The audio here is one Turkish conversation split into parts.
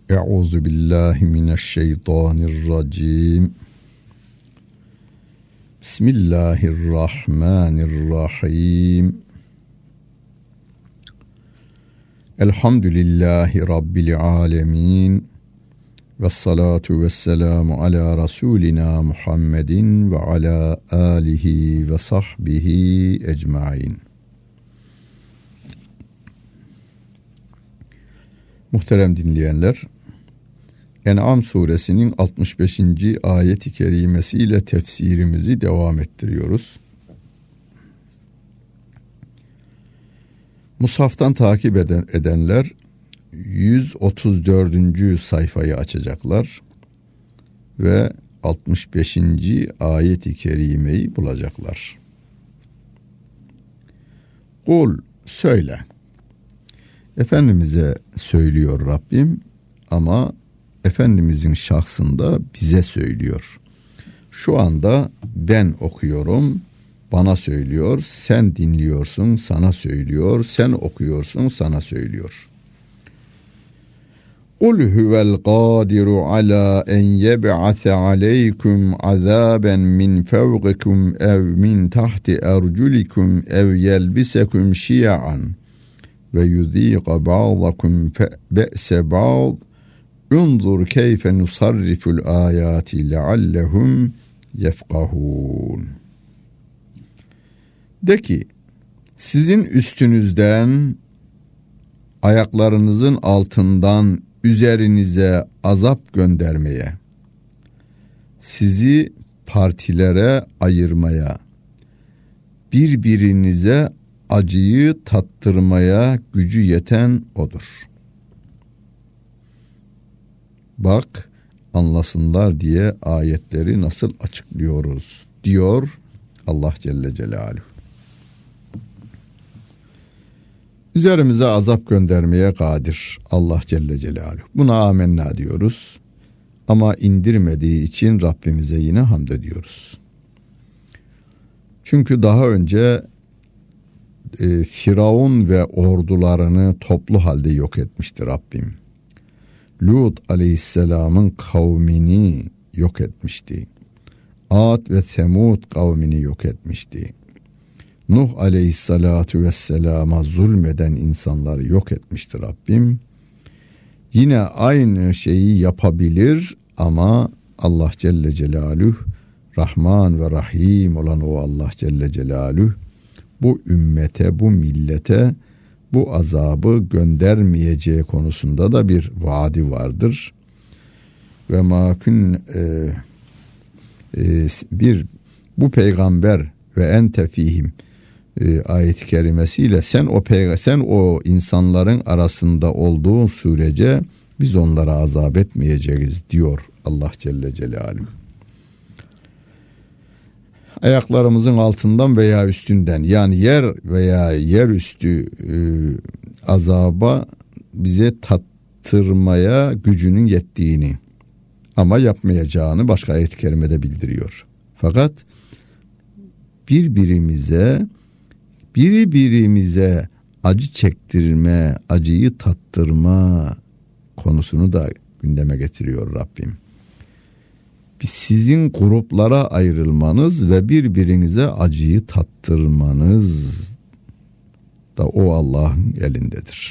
Euzu billahi mineşşeytanirracim. Bismillahirrahmanirrahim. Elhamdülillahi Rabbil alemin. Vessalatu vesselamu ala Resulina Muhammedin ve ala alihi ve sahbihi ecmain. Muhterem dinleyenler, En'am suresinin 65. ayet-i kerimesiyle tefsirimizi devam ettiriyoruz. Mushaftan takip edenler 134. sayfayı açacaklar ve 65. ayet-i kerimeyi bulacaklar. Kul, söyle. Efendimiz'e söylüyor Rabbim ama Efendimizin şahsında bize söylüyor. Şu anda ben okuyorum, bana söylüyor, sen dinliyorsun, sana söylüyor, sen okuyorsun, sana söylüyor. Kul huvel qadiru ala en yeb'ase aleykum azaben min fevqikum ev min tahti erculikum ev yelbisekum şia'an ve yuzîqa ba'dakum be'se ba'd unzur keyfe nusarriful ayati leallehum yefkahun. De ki, sizin üstünüzden, ayaklarınızın altından üzerinize azap göndermeye, sizi partilere ayırmaya, birbirinize acıyı tattırmaya gücü yeten O'dur. Bak, anlasınlar diye ayetleri nasıl açıklıyoruz diyor Allah Celle Celaluhu. Üzerimize azap göndermeye kadir Allah Celle Celaluhu. Buna amenna diyoruz. Ama indirmediği için Rabbimize yine hamd ediyoruz. Çünkü daha önce Firavun ve ordularını toplu halde yok etmişti Rabbim. Lut aleyhisselamın kavmini yok etmişti. Ad ve Semud kavmini yok etmişti. Nuh aleyhissalatu vesselama zulmeden insanları yok etmişti Rabbim. Yine aynı şeyi yapabilir ama Allah Celle Celaluhu, Rahman ve Rahim olan o Allah Celle Celaluhu, bu ümmete, bu millete bu azabı göndermeyeceği konusunda da bir vaadi vardır. Ve makün bu peygamber ve ente fihim ayet-i kerimesiyle sen o insanların arasında olduğun sürece biz onlara azap etmeyeceğiz diyor Allah Celle Celaluhu. Ayaklarımızın altından veya üstünden, yani yer veya yerüstü azaba bize tattırmaya gücünün yettiğini ama yapmayacağını başka ayet-i kerimede bildiriyor. Fakat birbirimize acı çektirme, acıyı tattırma konusunu da gündeme getiriyor Rabbim. Sizin gruplara ayrılmanız ve birbirinize acıyı tattırmanız da o Allah'ın elindedir.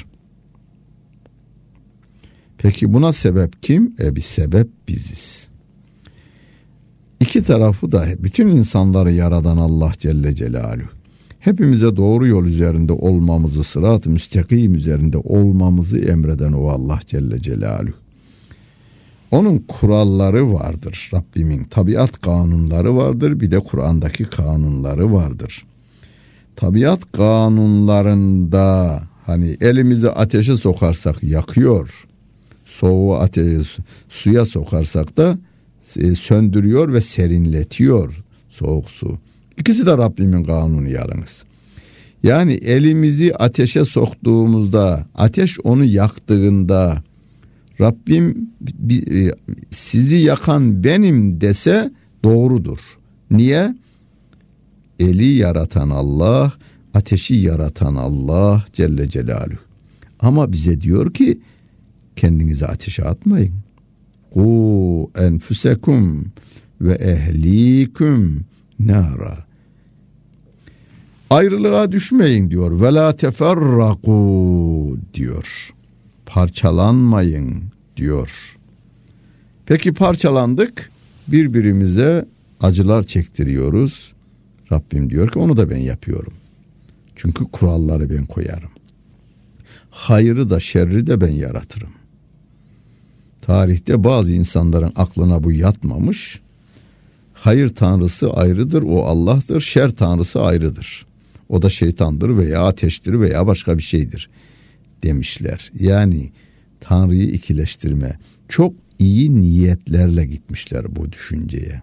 Peki buna sebep kim? Bir sebep biziz. İki tarafı da, bütün insanları yaradan Allah Celle Celaluhu, hepimize doğru yol üzerinde olmamızı, sırat-ı müstakim üzerinde olmamızı emreden o Allah Celle Celaluhu. Onun kuralları vardır Rabbimin. Tabiat kanunları vardır. Bir de Kur'an'daki kanunları vardır. Tabiat kanunlarında hani elimizi ateşe sokarsak yakıyor. Soğuğu suya sokarsak da söndürüyor ve serinletiyor soğuk su. İkisi de Rabbimin kanunu yalnız. Yani elimizi ateşe soktuğumuzda, ateş onu yaktığında Rabbim sizi yakan benim dese doğrudur. Niye? Eli yaratan Allah, ateşi yaratan Allah Celle Celaluhu. Ama bize diyor ki kendinizi ateşe atmayın. Ku enfusekum ve ehlikum nara. Ayrılığa düşmeyin diyor. Ve la teferraku diyor. Parçalanmayın diyor. Peki parçalandık. Birbirimize acılar çektiriyoruz. Rabbim diyor ki onu da ben yapıyorum. Çünkü kuralları ben koyarım. Hayrı da şerri de ben yaratırım. Tarihte bazı insanların aklına bu yatmamış. Hayır tanrısı ayrıdır, o Allah'tır. Şer tanrısı ayrıdır. O da şeytandır veya ateştir veya başka bir şeydir demişler. Yani Tanrı'yı ikileştirme. Çok iyi niyetlerle gitmişler bu düşünceye.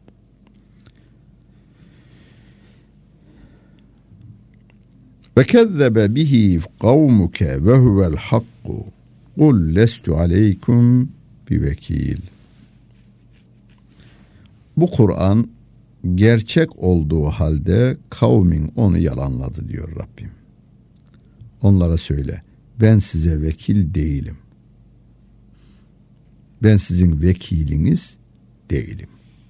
Ve kezzebe bihi kavmuke ve huvel hakku kul lestu aleykum bivekil. Bu Kur'an gerçek olduğu halde kavmin onu yalanladı diyor Rabbim. Onlara söyle, ben size vekil değilim. Ben sizin vekiliniz değilim.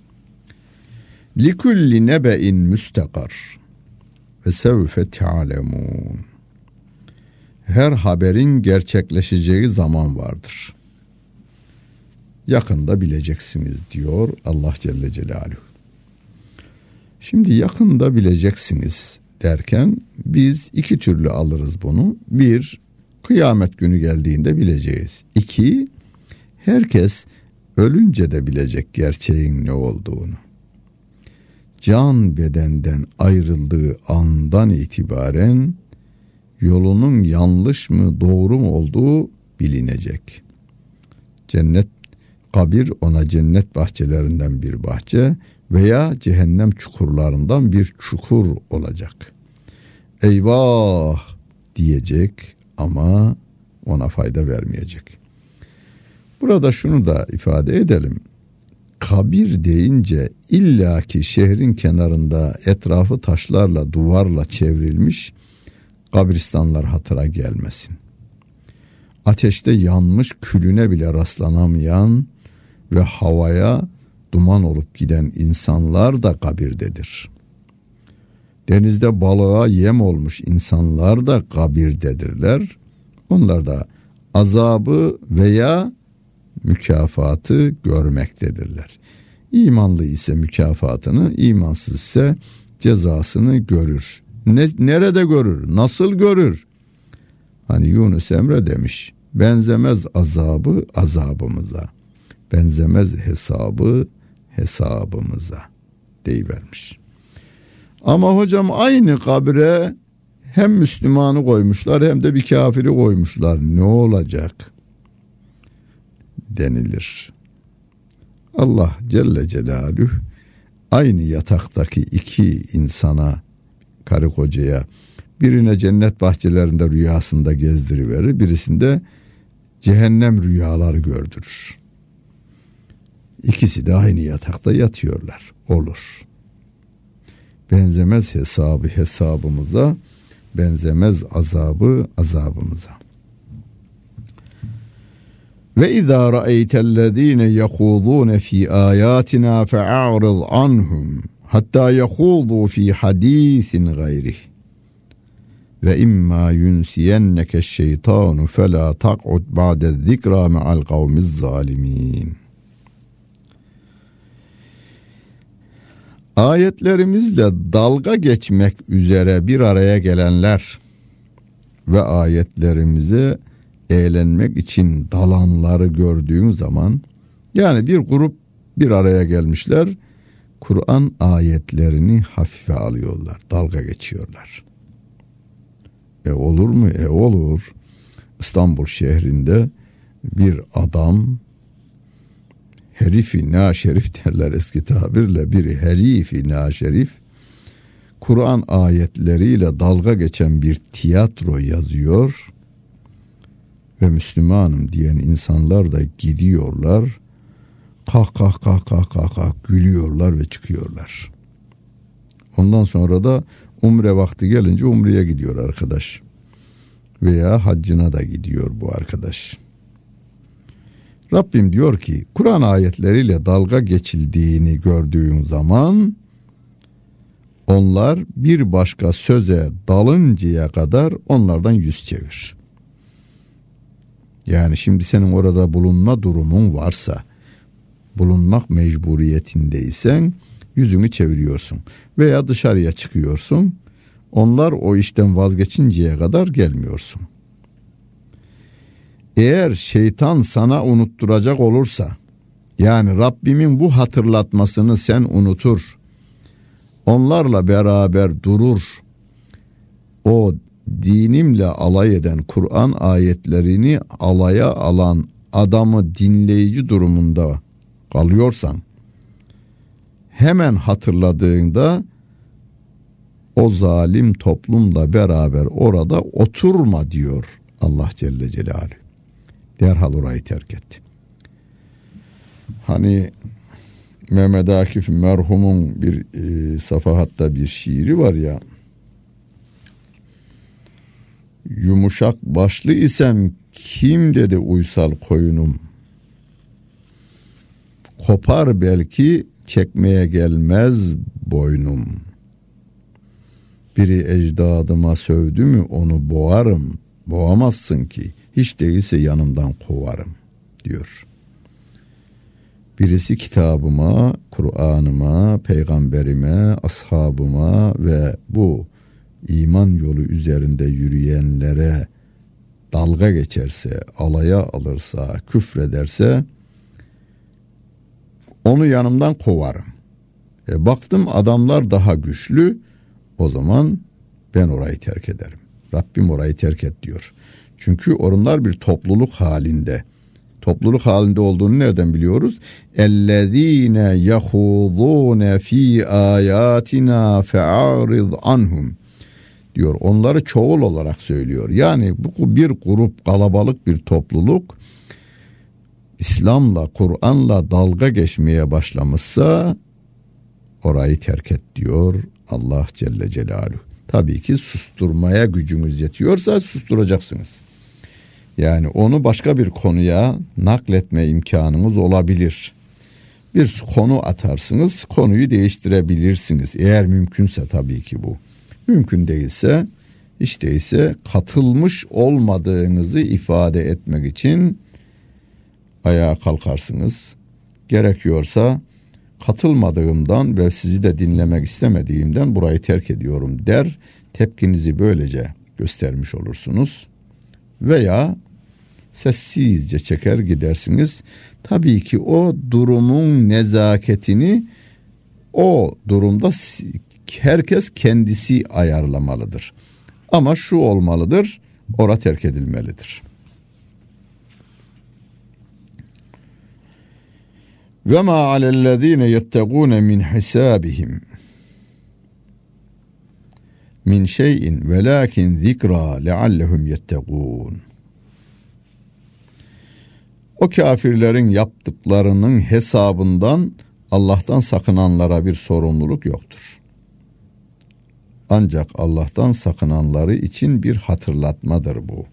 Likulli nebe'in müstakar ve sevfe te'alemun. Her haberin gerçekleşeceği zaman vardır. Yakında bileceksiniz diyor Allah Celle Celaluhu. Şimdi yakında bileceksiniz derken biz iki türlü alırız bunu. Bir, kıyamet günü geldiğinde bileceğiz. İki, herkes ölünce de bilecek gerçeğin ne olduğunu. Can bedenden ayrıldığı andan itibaren yolunun yanlış mı doğru mu olduğu bilinecek. Kabir ona cennet bahçelerinden bir bahçe veya cehennem çukurlarından bir çukur olacak. Eyvah diyecek ama ona fayda vermeyecek. Burada şunu da ifade edelim. Kabir deyince illaki şehrin kenarında etrafı taşlarla, duvarla çevrilmiş kabristanlar hatıra gelmesin. Ateşte yanmış külüne bile rastlanamayan ve havaya duman olup giden insanlar da kabirdedir. Denizde balığa yem olmuş insanlar da kabirdedirler. Onlar da azabı veya mükafatı görmektedirler. İmanlı ise mükafatını, imansız ise cezasını görür. Nerede görür? Nasıl görür? Hani Yunus Emre demiş, benzemez azabı azabımıza, benzemez hesabı hesabımıza deyivermiş. Ama hocam aynı kabre hem Müslümanı koymuşlar hem de bir kafiri koymuşlar. Ne olacak? Denilir. Allah Celle Celaluhu aynı yataktaki iki insana, karı kocaya, birine cennet bahçelerinde rüyasında gezdiriverir, birisinde cehennem rüyaları gördürür. İkisi de aynı yatakta yatıyorlar. Olur. Benzemez hesabı hesabımıza, benzemez azabı azabımıza. Ve izâ ra'eytellezîne yehûzûne fî âyâtinâ fe'a'rid anhum hattâ yehûzû fî hadîsin gayrih. Ve imma yunsiyenneke şeytanu felâ tak'ud ba'de zikra me'al kavmiz zalimin. Ayetlerimizle dalga geçmek üzere bir araya gelenler ve ayetlerimize eğlenmek için dalanları gördüğün zaman, yani bir grup bir araya gelmişler, Kur'an ayetlerini hafife alıyorlar, dalga geçiyorlar. Olur mu? Olur. İstanbul şehrinde bir adam, herifi naşerif derler eski tabirle, bir herifi naşerif, Kur'an ayetleriyle dalga geçen bir tiyatro yazıyor ve Müslümanım diyen insanlar da gidiyorlar, kah kah kah kah kah kah gülüyorlar ve çıkıyorlar. Ondan sonra da umre vakti gelince umreye gidiyor arkadaş. Veya haccına da gidiyor bu arkadaş. Rabbim diyor ki Kur'an ayetleriyle dalga geçildiğini gördüğün zaman onlar bir başka söze dalıncaya kadar onlardan yüz çevir. Yani şimdi senin orada bulunma durumun varsa, bulunmak mecburiyetindeysen yüzünü çeviriyorsun veya dışarıya çıkıyorsun. Onlar o işten vazgeçinceye kadar gelmiyorsun. Eğer şeytan sana unutturacak olursa, yani Rabbimin bu hatırlatmasını sen unutur, onlarla beraber durur, o dinimle alay eden Kur'an ayetlerini alaya alan adamı dinleyici durumunda kalıyorsan, hemen hatırladığında o zalim toplumla beraber orada oturma diyor Allah Celle Celaluhu. Derhal orayı terk etti. Hani Mehmet Akif merhumun bir safahatta bir şiiri var ya, yumuşak başlı isem kim dedi uysal koyunum, kopar belki çekmeye gelmez boynum, biri ecdadıma sövdü mü onu boğarım, boğamazsın ki hiç değilse yanımdan kovarım diyor. Birisi kitabıma, Kur'an'ıma, peygamberime, ashabıma ve bu iman yolu üzerinde yürüyenlere dalga geçerse, alaya alırsa, küfrederse onu yanımdan kovarım. Baktım adamlar daha güçlü, o zaman ben orayı terk ederim. Rabbim orayı terk et diyor. Çünkü onlar bir topluluk halinde. Topluluk halinde olduğunu nereden biliyoruz? اَلَّذ۪ينَ يَخُوضُونَ ف۪ي آيَاتِنَا فَاَعْرِضْ عَنْهُمْ diyor. Onları çoğul olarak söylüyor. Yani bu bir grup, kalabalık bir topluluk İslam'la, Kur'an'la dalga geçmeye başlamışsa orayı terk et diyor Allah Celle Celaluhu. Tabii ki susturmaya gücünüz yetiyorsa susturacaksınız. Yani onu başka bir konuya nakletme imkanınız olabilir. Bir konu atarsınız, konuyu değiştirebilirsiniz. Eğer mümkünse tabii ki bu. Mümkün değilse, hiç değilse katılmış olmadığınızı ifade etmek için ayağa kalkarsınız. Gerekiyorsa katılmadığımdan ve sizi de dinlemek istemediğimden burayı terk ediyorum der. Tepkinizi böylece göstermiş olursunuz. Veya sessizce çeker gidersiniz. Tabii ki o durumun nezaketini o durumda herkes kendisi ayarlamalıdır. Ama şu olmalıdır, ora terk edilmelidir. Ve ma alellezine yettegûne min hisabihim min şeyin velakin zikra leallehum yettegûn. O kafirlerin yaptıklarının hesabından Allah'tan sakınanlara bir sorumluluk yoktur. Ancak Allah'tan sakınanları için bir hatırlatmadır bu.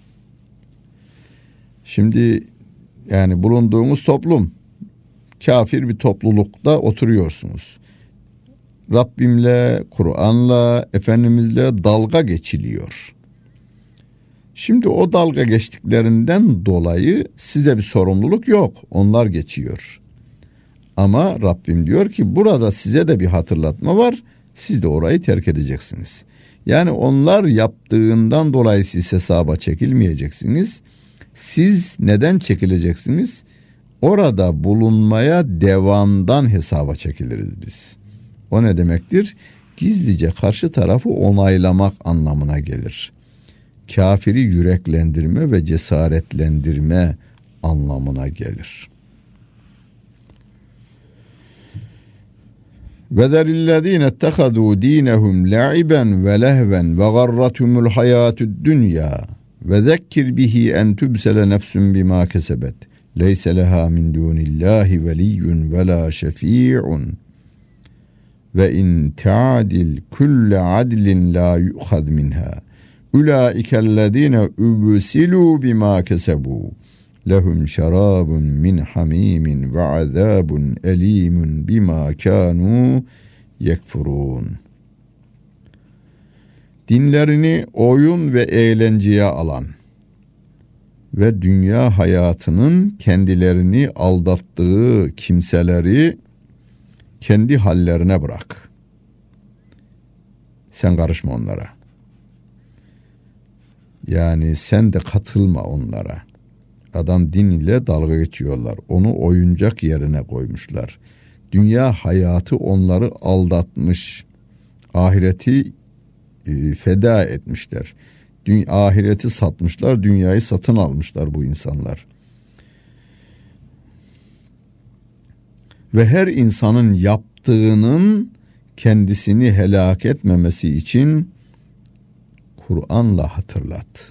Şimdi yani bulunduğumuz toplum kafir bir toplulukta oturuyorsunuz. Rabbimle, Kur'an'la, Efendimizle dalga geçiliyor. Şimdi o dalga geçtiklerinden dolayı size bir sorumluluk yok. Onlar geçiyor. Ama Rabbim diyor ki burada size de bir hatırlatma var. Siz de orayı terk edeceksiniz. Yani onlar yaptığından dolayı siz hesaba çekilmeyeceksiniz. Siz neden çekileceksiniz? Orada bulunmaya devamdan hesaba çekiliriz biz. O ne demektir? Gizlice karşı tarafı onaylamak anlamına gelir. Kafiri yüreklendirme ve cesaretlendirme anlamına gelir. وَذَرِ الَّذ۪ينَ اتَّخَذُوا د۪ينَهُمْ لَعِبًا وَلَهْوًا وَغَرَّتْهُمُ الْحَيَاةُ الدُّنْيَا وَذَكِّرْ بِهِ أَنْ تُبْسَلَ نَفْسٌ بِمَا كَسَبَتْ لَيْسَ لَهَا مِنْ دُونِ اللّٰهِ وَلِيٌّ وَلَا شَفِيعٌ وَاِنْ تَعْدِلْ كُلَّ عَدْلٍ لَا يُؤْخَذْ مِنْهَا اُولَٰئِكَ الَّذ۪ينَ اُبْسِلُوا بِمَا كَسَبُوا lehum şarabun min hamimin ve azabun elimun bima kanu yekfurun. Dinlerini oyun ve eğlenceye alan ve dünya hayatının kendilerini aldattığı kimseleri kendi hallerine bırak. Sen karışma onlara. Yani sen de katılma onlara. Adam din ile dalga geçiyorlar. Onu oyuncak yerine koymuşlar. Dünya hayatı onları aldatmış. Ahireti feda etmişler. Ahireti satmışlar, dünyayı satın almışlar bu insanlar. Ve her insanın yaptığının kendisini helak etmemesi için Kur'an'la hatırlat.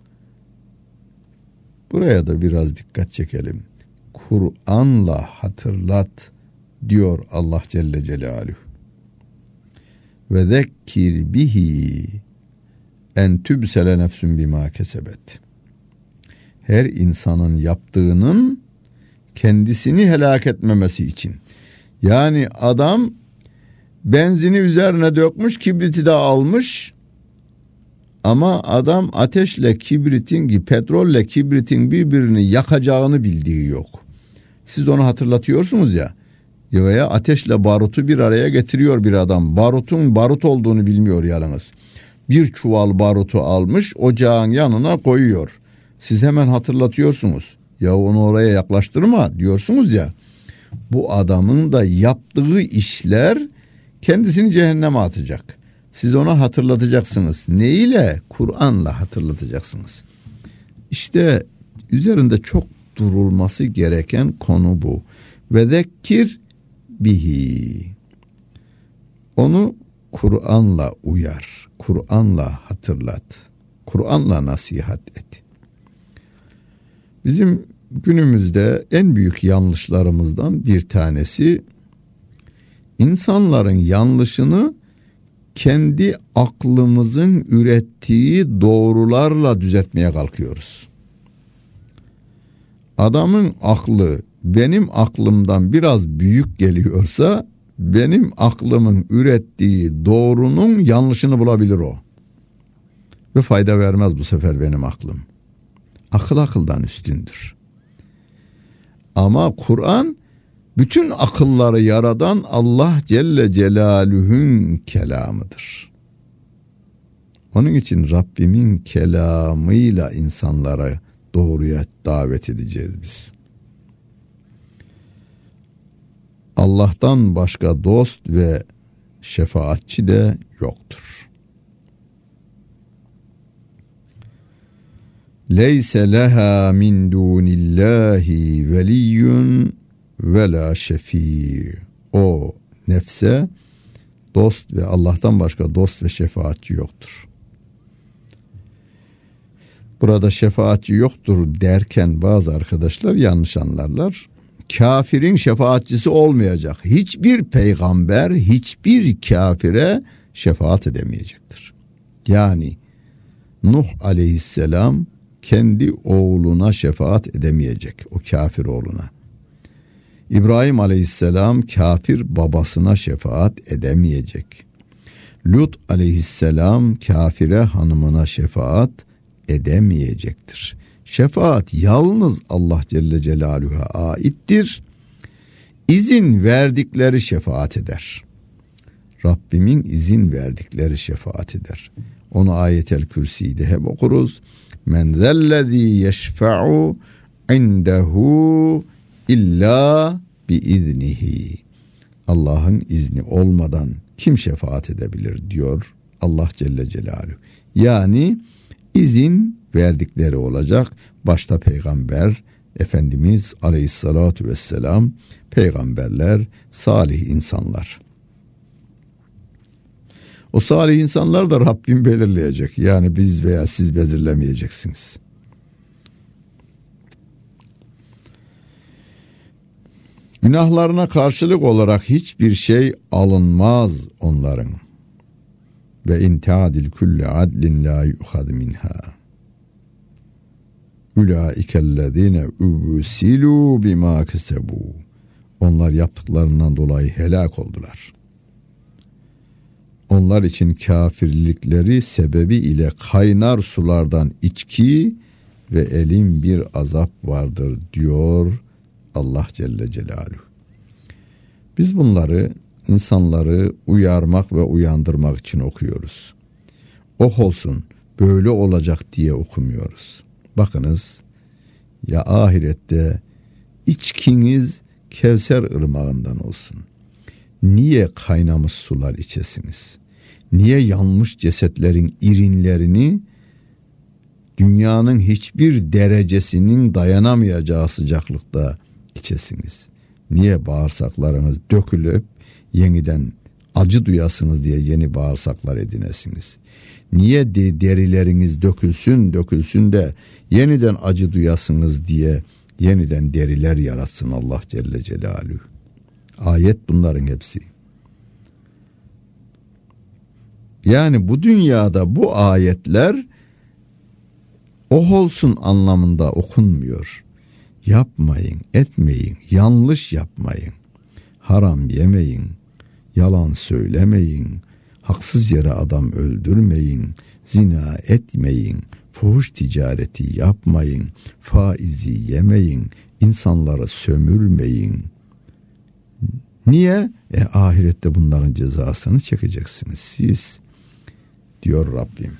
Buraya da biraz dikkat çekelim. Kur'an'la hatırlat diyor Allah Celle Celaluhu. Ve zekkir bihi en tübsele nefsün bima kesebet. Her insanın yaptığının kendisini helak etmemesi için. Yani adam benzini üzerine dökmüş, kibriti de almış. Ama adam ateşle kibritin, petrolle kibritin birbirini yakacağını bildiği yok. Siz onu hatırlatıyorsunuz ya. Veya ateşle barutu bir araya getiriyor bir adam. Barutun barut olduğunu bilmiyor yalnız. Bir çuval barutu almış, ocağın yanına koyuyor. Siz hemen hatırlatıyorsunuz. Ya onu oraya yaklaştırma diyorsunuz ya. Bu adamın da yaptığı işler kendisini cehenneme atacak. Siz ona hatırlatacaksınız. Ne ile? Kur'an'la hatırlatacaksınız. İşte üzerinde çok durulması gereken konu bu. Ve zekkir bihi. Onu Kur'an'la uyar. Kur'an'la hatırlat. Kur'an'la nasihat et. Bizim günümüzde en büyük yanlışlarımızdan bir tanesi, insanların yanlışını kendi aklımızın ürettiği doğrularla düzeltmeye kalkıyoruz. Adamın aklı benim aklımdan biraz büyük geliyorsa, benim aklımın ürettiği doğrunun yanlışını bulabilir o. Ve fayda vermez bu sefer benim aklım. Akıl akıldan üstündür. Ama Kur'an bütün akılları yaradan Allah Celle Celaluhu'nun kelamıdır. Onun için Rabbimin kelamıyla insanlara doğruya davet edeceğiz biz. Allah'tan başka dost ve şefaatçi de yoktur. Leyse leha min dunillahi veliyyun ve la şefî. O nefse dost ve Allah'tan başka dost ve şefaatçi yoktur. Burada şefaatçi yoktur derken bazı arkadaşlar yanlış anlarlar. Kafirin şefaatçisi olmayacak. Hiçbir peygamber hiçbir kafire şefaat edemeyecektir. Yani Nuh aleyhisselam kendi oğluna şefaat edemeyecek, o kafir oğluna. İbrahim aleyhisselam kafir babasına şefaat edemeyecek. Lut aleyhisselam kafire hanımına şefaat edemeyecektir. Şefaat yalnız Allah Celle Celaluhu'ya aittir. İzin verdikleri şefaat eder. Rabbimin izin verdikleri şefaat eder. Onu Ayet-el Kürsi'de hep okuruz. Men zellezî yeşfe'u indehu illa biiznihi. Allah'ın izni olmadan kim şefaat edebilir diyor Allah Celle Celaluhu. Yani izin verdikleri olacak. Başta peygamber Efendimiz Aleyhissalatu vesselam, peygamberler, salih insanlar. O salih insanlar da Rabbim belirleyecek. Yani biz veya siz belirlemeyeceksiniz. Günahlarına karşılık olarak hiçbir şey alınmaz onların. Ve in ta'dil kullu adlin la yu'khad minha. Ulaikellezine ubsilu bima kesebu. Onlar yaptıklarından dolayı helak oldular. Onlar için kafirlikleri sebebi ile kaynar sulardan içki ve elin bir azap vardır diyor Allah Celle Celaluhu. Biz bunları insanları uyarmak ve uyandırmak için okuyoruz. Oh olsun böyle olacak diye okumuyoruz. Bakınız ya ahirette içkiniz Kevser ırmağından olsun. Niye kaynamış sular içesiniz? Niye yanmış cesetlerin irinlerini dünyanın hiçbir derecesinin dayanamayacağı sıcaklıkta içesiniz? Niye bağırsaklarınız dökülüp yeniden acı duyasınız diye yeni bağırsaklar edinesiniz? Niye derileriniz dökülsün de yeniden acı duyasınız diye yeniden deriler yaratsın Allah Celle Celaluhu. Ayet bunların hepsi. Yani bu dünyada bu ayetler oh olsun anlamında okunmuyor. Yapmayın, etmeyin, yanlış yapmayın, haram yemeyin, yalan söylemeyin, haksız yere adam öldürmeyin, zina etmeyin, fuhuş ticareti yapmayın, faizi yemeyin, insanları sömürmeyin. Niye? Ahirette bunların cezasını çekeceksiniz siz, diyor Rabbim.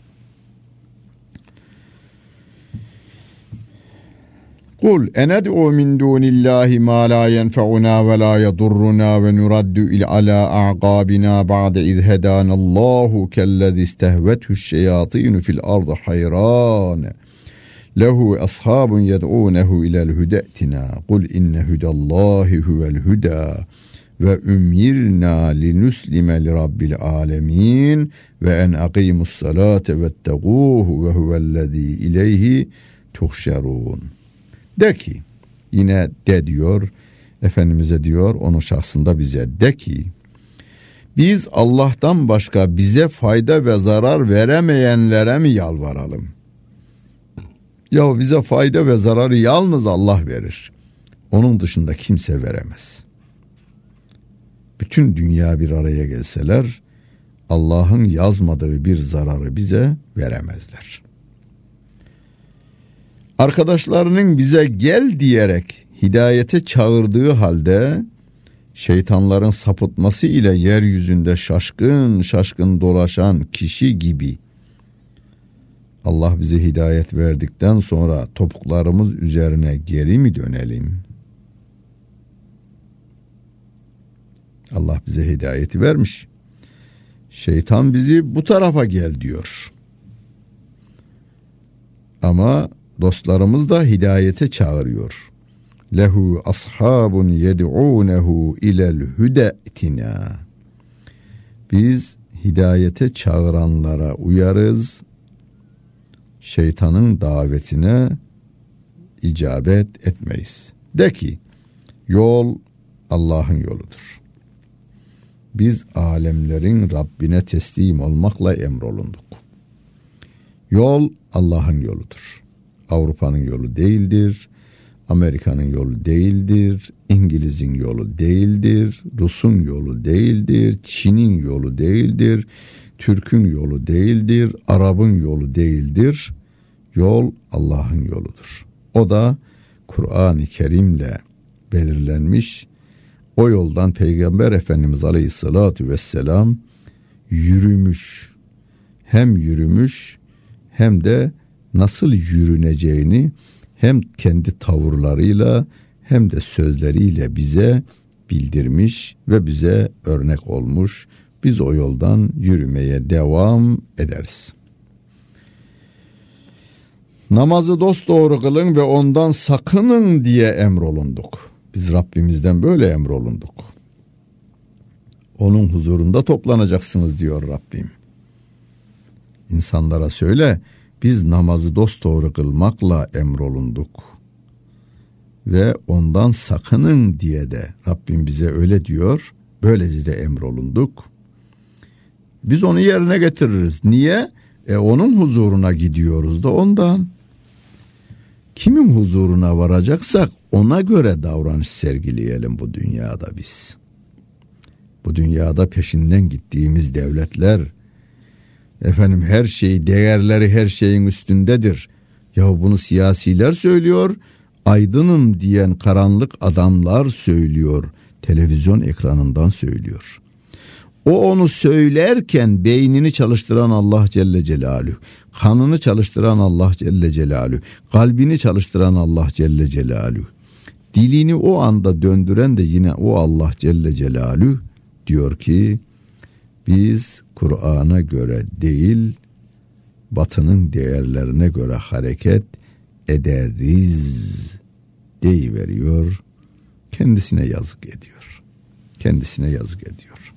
Kul ened'u min dunillahi ma la yenfe'una ve la yedurruna ve nuraddu ala a'qabina ba'de iz hedanallahu kellezi istehvethu'ş-şeyatinu fil ardı hayran lehu ashabun yed'unehu ilel hudetina kul inne hudallahi huvel huda ve umirna linuslime li rabbil alemin ve en aqimus salate vetteguhu ve huvellezî ileyhi tuhşerun. De ki, yine de diyor, Efendimiz'e diyor, onun şahsında bize, de ki, biz Allah'tan başka bize fayda ve zarar veremeyenlere mi yalvaralım? Ya bize fayda ve zararı yalnız Allah verir. Onun dışında kimse veremez. Bütün dünya bir araya gelseler, Allah'ın yazmadığı bir zararı bize veremezler. Arkadaşlarının bize gel diyerek hidayete çağırdığı halde şeytanların sapıtması ile yeryüzünde şaşkın dolaşan kişi gibi Allah bize hidayet verdikten sonra topuklarımız üzerine geri mi dönelim? Allah bize hidayeti vermiş. Şeytan bizi bu tarafa gel diyor. Ama dostlarımız da hidayete çağırıyor. Lehu ashabun yed'unehu ilel hudetina. Biz hidayete çağıranlara uyarız. Şeytanın davetine icabet etmeyiz. De ki, yol Allah'ın yoludur. Biz alemlerin Rabbine teslim olmakla emrolunduk. Yol Allah'ın yoludur. Avrupa'nın yolu değildir. Amerika'nın yolu değildir. İngiliz'in yolu değildir. Rus'un yolu değildir. Çin'in yolu değildir. Türk'ün yolu değildir. Arap'ın yolu değildir. Yol Allah'ın yoludur. O da Kur'an-ı Kerim'le belirlenmiş. O yoldan Peygamber Efendimiz Aleyhisselatü Vesselam yürümüş. Hem yürümüş hem de nasıl yürüneceğini hem kendi tavırlarıyla hem de sözleriyle bize bildirmiş ve bize örnek olmuş. Biz o yoldan yürümeye devam ederiz. Namazı dosdoğru kılın ve ondan sakının diye emrolunduk. Biz Rabbimizden böyle emrolunduk. Onun huzurunda toplanacaksınız diyor Rabbim. İnsanlara söyle, biz namazı dosdoğru kılmakla emrolunduk. Ve ondan sakının diye de Rabbim bize öyle diyor. Böylece de emrolunduk. Biz onu yerine getiririz. Niye? Onun huzuruna gidiyoruz da ondan. kimin huzuruna varacaksak ona göre davranış sergileyelim bu dünyada biz. Bu dünyada peşinden gittiğimiz devletler, efendim her şey, değerleri her şeyin üstündedir. Ya bunu siyasiler söylüyor, aydınım diyen karanlık adamlar söylüyor, televizyon ekranından söylüyor. O onu söylerken beynini çalıştıran Allah Celle Celaluhu, kanını çalıştıran Allah Celle Celaluhu, kalbini çalıştıran Allah Celle Celaluhu, dilini o anda döndüren de yine o Allah Celle Celaluhu diyor ki biz Kur'an'a göre değil, Batı'nın değerlerine göre hareket ederiz deyiveriyor. Kendisine yazık ediyor. Kendisine yazık ediyor.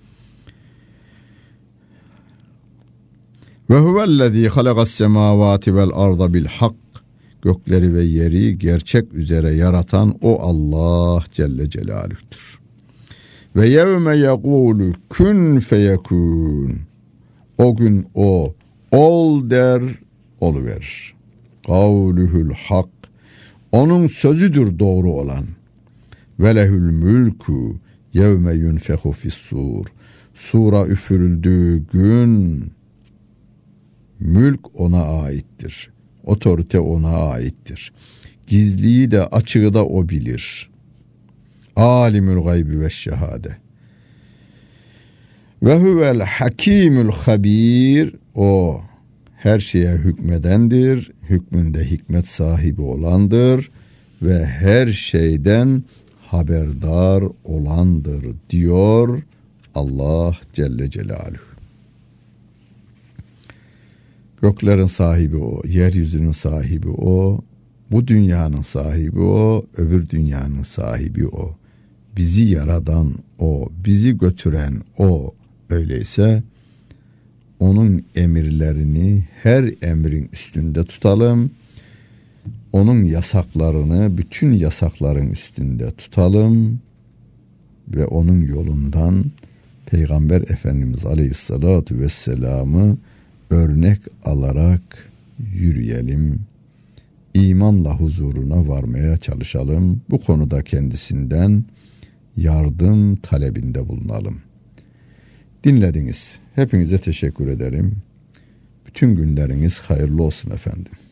Ve huvellezî halagas semâvâti vel arda bil hak. Gökleri ve yeri gerçek üzere yaratan o Allah Celle Celaluh'tur. Ve yevme yekûlü kün feyekûn. O gün o ol der, oluverir. Kavluhul hak. Onun sözüdür doğru olan. Ve lehül mülkü yevme yunfehu fissur. Sura üfürüldüğü gün mülk ona aittir. Otorite ona aittir. Gizliyi de açığı da o bilir. Alimül gaybi ve şehade. Ve huvel hakimül habir. O her şeye hükmedendir. Hükmünde hikmet sahibi olandır. Ve her şeyden haberdar olandır diyor Allah Celle Celaluhu. Göklerin sahibi o, yeryüzünün sahibi o, bu dünyanın sahibi o, öbür dünyanın sahibi o. Bizi yaradan o, bizi götüren o. Öyleyse onun emirlerini her emrin üstünde tutalım. Onun yasaklarını bütün yasakların üstünde tutalım ve onun yolundan Peygamber Efendimiz Aleyhisselatü Vesselam'ı örnek alarak yürüyelim. İmanla huzuruna varmaya çalışalım. Bu konuda kendisinden yardım talebinde bulunalım. Dinlediniz. Hepinize teşekkür ederim. Bütün günleriniz hayırlı olsun efendim.